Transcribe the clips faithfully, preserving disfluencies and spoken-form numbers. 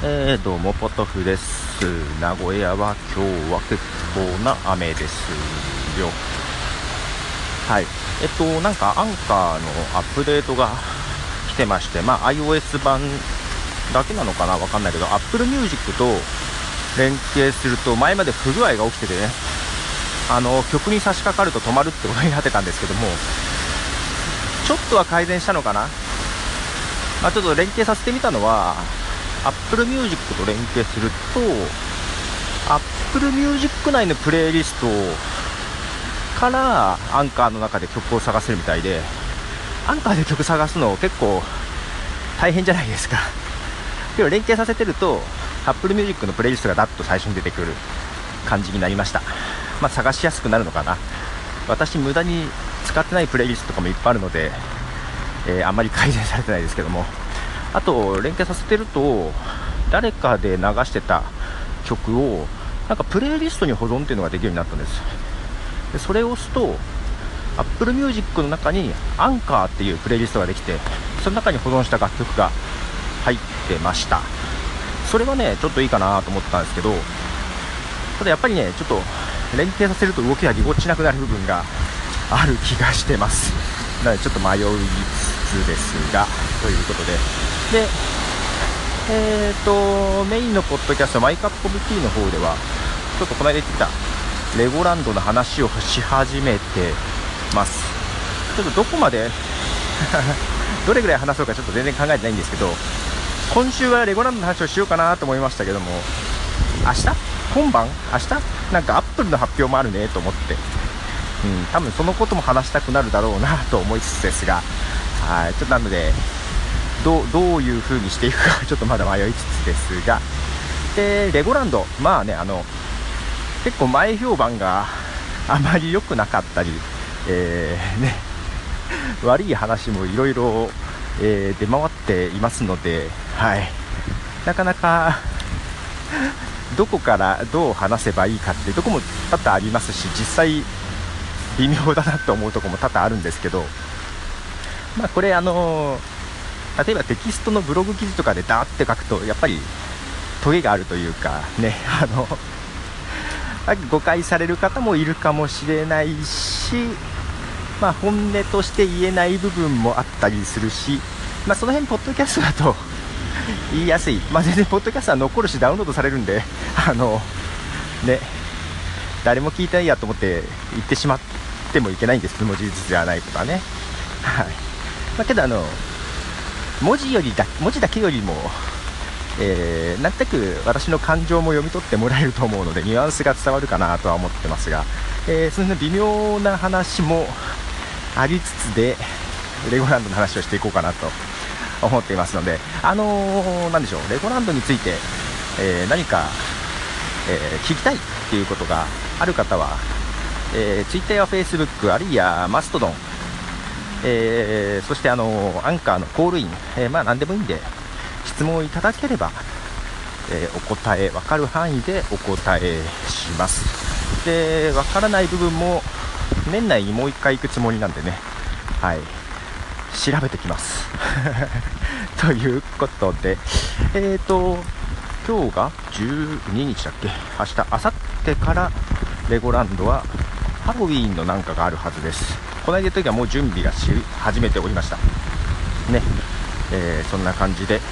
えー、どうもポトフです。名古屋は今日は結構な雨ですよ。はい。えっとなんかアンカーのアップデートが来てまして、まあ iOS 版だけなのかなわかんないけど、Apple Music と連携すると前まで不具合が起きててね、あの曲に差し掛かると止まるってことになってたんですけども、ちょっとは改善したのかな。まあ、ちょっと連携させてみたのはApple Music と連携すると Apple Music 内のプレイリストからアンカーの中で曲を探せるみたいで、アンカーで曲探すの結構大変じゃないですか。でも連携させてると Apple Music のプレイリストがダッと最初に出てくる感じになりました。まあ探しやすくなるのかな。私無駄に使ってないプレイリストとかもいっぱいあるので、えー、あんまり改善されてないですけども、あと連携させてると誰かで流してた曲をなんかプレイリストに保存っていうのができるようになったんです。でそれを押すと Apple Music の中にアンカーっていうプレイリストができて、その中に保存した楽曲が入ってました。それはねちょっといいかなと思ったんですけど、ただやっぱりねちょっと連携させると動きがぎこちなくなる部分がある気がしてます。なのでちょっと迷いつつですが、ということでで、えーとメインのポッドキャストマイカップオブティーの方ではちょっとこの間言ってたレゴランドの話をし始めてます。ちょっとどこまでどれぐらい話そうかちょっと全然考えてないんですけど、今週はレゴランドの話をしようかなと思いましたけども、明日今晩明日なんかアップルの発表もあるねと思って、うん、多分そのことも話したくなるだろうなと思いつつですが、はい、ちょっとなのでどう、どういう風にしていくかちょっとまだ迷いつつですが、でレゴランド、まあね、あの結構前評判があまり良くなかったり、えーね、悪い話もいろいろ出回っていますので、はい、なかなかどこからどう話せばいいかっていうところも多々ありますし、実際微妙だなと思うところも多々あるんですけど、まあこれあの例えばテキストのブログ記事とかでダーって書くとやっぱりトゲがあるというかね、あの誤解される方もいるかもしれないし、まあ本音として言えない部分もあったりするし、まあその辺ポッドキャストだと言いやすい。まあ全然ポッドキャストは残るしダウンロードされるんで、あのね誰も聞いてないやと思って言ってしまってもいけないんです。その事実ではないことはね。はい。だけどあの文字よりだ文字だけよりも、えー、なんとなく私の感情も読み取ってもらえると思うのでニュアンスが伝わるかなとは思ってますが、えー、そんな微妙な話もありつつでレゴランドの話をしていこうかなと思っていますので、あのー、なんでしょう、レゴランドについて、えー、何か、えー、聞きたいっていうことがある方は、えー、Twitter や Facebook あるいはマストドン、えー、そしてあのー、アンカーのコールイン、えー、まあ何でもいいんで質問いただければ、えー、お答え分かる範囲でお答えします。で分からない部分も年内にもう一回行くつもりなんでね、はい、調べてきますということで、えーと今日がじゅうににちだっけ、明日明後日からレゴランドはハロウィーンのなんかがあるはずです。この間の時はもう準備がし始めておりましたね。えー、そんな感じで、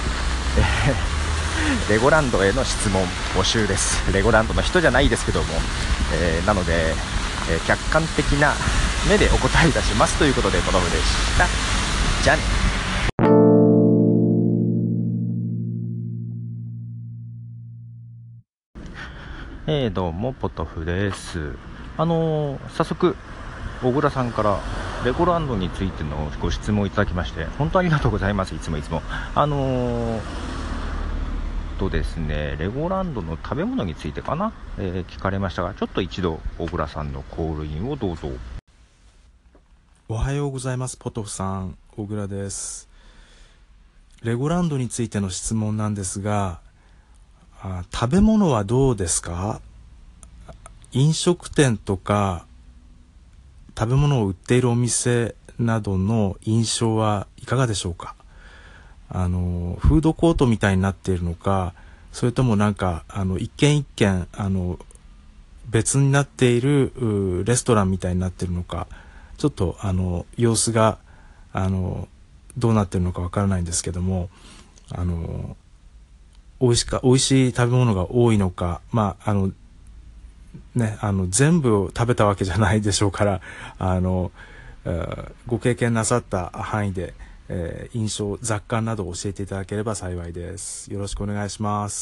えー、レゴランドへの質問募集です。レゴランドの人じゃないですけども、えー、なので、えー、客観的な目でお答えいたしますということでポトフでした。じゃあね。えー、どうもポトフです。あのー、早速小倉さんからレゴランドについてのご質問をいただきまして本当ありがとうございます。いつもいつもあのー、とですねレゴランドの食べ物についてかな、えー、聞かれましたが、ちょっと一度小倉さんのコールインをどうぞ。 おはようございます。ポトフさん、小倉です。レゴランドについての質問なんですが、あ食べ物はどうですか？飲食店とか食べ物を売っているお店などの印象はいかがでしょうか？ あの、フードコートみたいになっているのか、それともなんか、あの、一軒一軒、あの、別になっているうレストランみたいになっているのか、ちょっとあの、様子が、あの、どうなっているのかわからないんですけども、あの、美味しか、美味しい食べ物が多いのか、まあ、あの、ね、あの、全部を食べたわけじゃないでしょうから、あの、えーご経験なさった範囲で、えー印象、雑感などを教えていただければ幸いです。よろしくお願いします。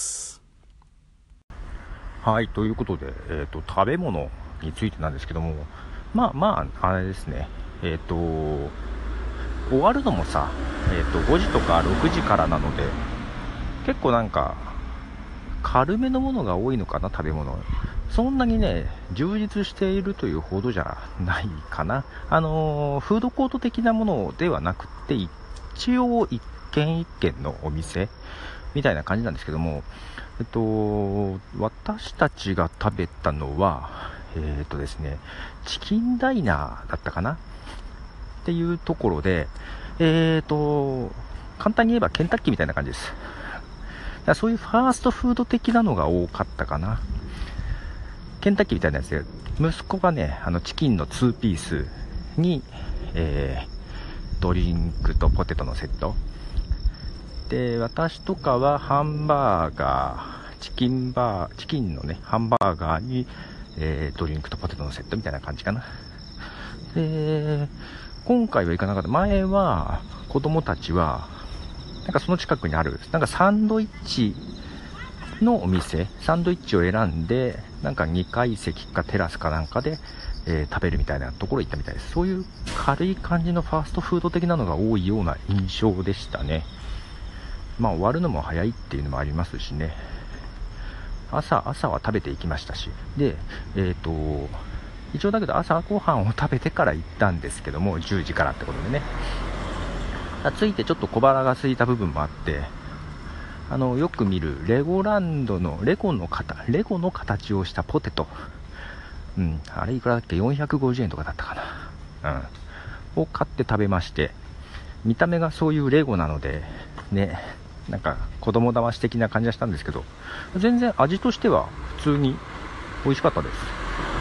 はい、ということで、えーと、食べ物についてなんですけども、まあまあ、あれですね、えっ、と、終わるのもさ、えーと、ごじとかろくじからなので、結構なんか、軽めのものが多いのかな、食べ物。そんなにね、充実しているというほどじゃないかな。あのー、フードコート的なものではなくて、一応一軒一軒のお店みたいな感じなんですけども、えっと、私たちが食べたのは、えっとですね、チキンダイナーだったかなっていうところで、えっと、簡単に言えばケンタッキーみたいな感じです。だからそういうファーストフード的なのが多かったかな。ケンタッキーみたいなやつで、息子がね、あのチキンのにピースに、えー、ドリンクとポテトのセット。で、私とかはハンバーガー、チキンバー、チキンのね、ハンバーガーに、えー、ドリンクとポテトのセットみたいな感じかな。で、今回は行かなかった。前は、子供たちは、なんかその近くにある、なんかサンドイッチのお店、サンドイッチを選んで、なんかにかい席かテラスかなんかで、えー、食べるみたいなところ行ったみたいです。そういう軽い感じのファーストフード的なのが多いような印象でしたね。まあ終わるのも早いっていうのもありますしね。朝、朝は食べていきましたし。で、えっと、一応だけど朝ごはんを食べてから行ったんですけども、じゅうじからってことでね。ついてちょっと小腹が空いた部分もあって、あの、よく見るレゴランドのレゴの形、レゴの形をしたポテト。うん、あれいくらだっけ ?よんひゃくごじゅうえんとかだったかな。うん。を買って食べまして、見た目がそういうレゴなので、ね、なんか子供騙し的な感じがしたんですけど、全然味としては普通に美味しかったです。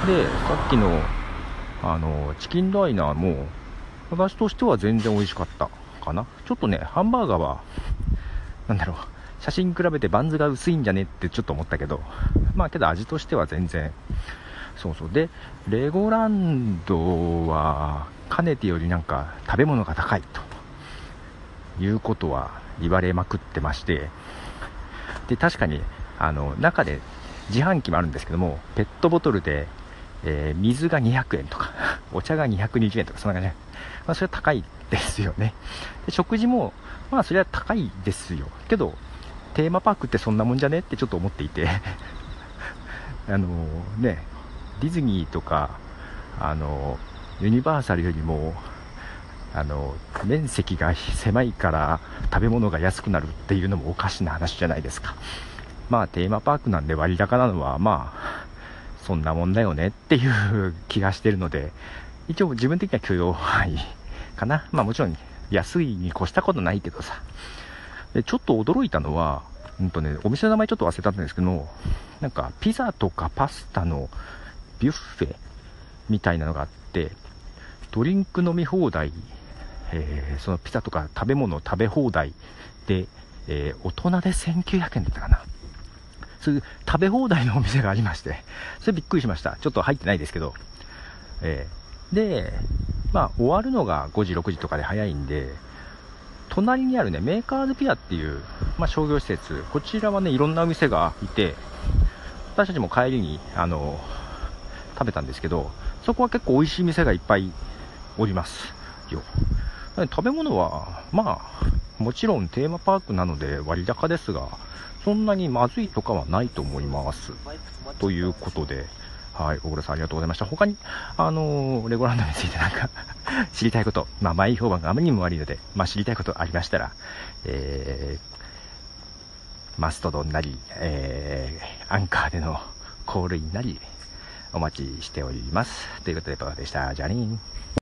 で、さっきのあのチキンダイナーも私としては全然美味しかったかな。ちょっとね、ハンバーガーはなんだろう、写真比べてバンズが薄いんじゃねってちょっと思ったけど、まあけど味としては全然、そうそう。で、レゴランドはかねてよりなんか食べ物が高いということは言われまくってまして、で確かにあの中で自販機もあるんですけども、ペットボトルで、えー、水がにひゃくえんとかお茶がにひゃくにじゅうえんとか、そんな感じ、まあ、それは高いですよね。で食事もまあそれは高いですよけど、テーマパークってそんなもんじゃねってちょっと思っていてあのね、ディズニーとかあのユニバーサルよりもあの面積が狭いから食べ物が安くなるっていうのもおかしな話じゃないですか。まあテーマパークなんで割高なのはまあそんなもんだよねっていう気がしてるので、一応自分的には許容範囲かな。まあもちろん安いに越したことないけどさ。でちょっと驚いたのは、うんとね、お店の名前ちょっと忘れたんですけど、なんかピザとかパスタのビュッフェみたいなのがあって、ドリンク飲み放題、えー、そのピザとか食べ物食べ放題で、えー、大人でせんきゅうひゃくえんだったかな。そういう食べ放題のお店がありまして、それびっくりしました。ちょっと入ってないですけど、えー、で、まあ終わるのがごじろくじとかで早いんで、隣にあるね、メーカーズピアっていう、まあ、商業施設、こちらはね、いろんなお店がいて、私たちも帰りに、あの、食べたんですけど、そこは結構美味しい店がいっぱいおりますよ。食べ物は、まあ、もちろんテーマパークなので割高ですが、そんなにまずいとかはないと思います。ということで、はい、小倉さんありがとうございました。他に、あのー、レゴランドについてなんか知りたいこと、まあ、前評判があまりにも悪いので、まあ、知りたいことありましたら、えー、マストドンなり、えー、アンカーでのコールインなり、お待ちしております。ということで、パパでした。じゃあねー。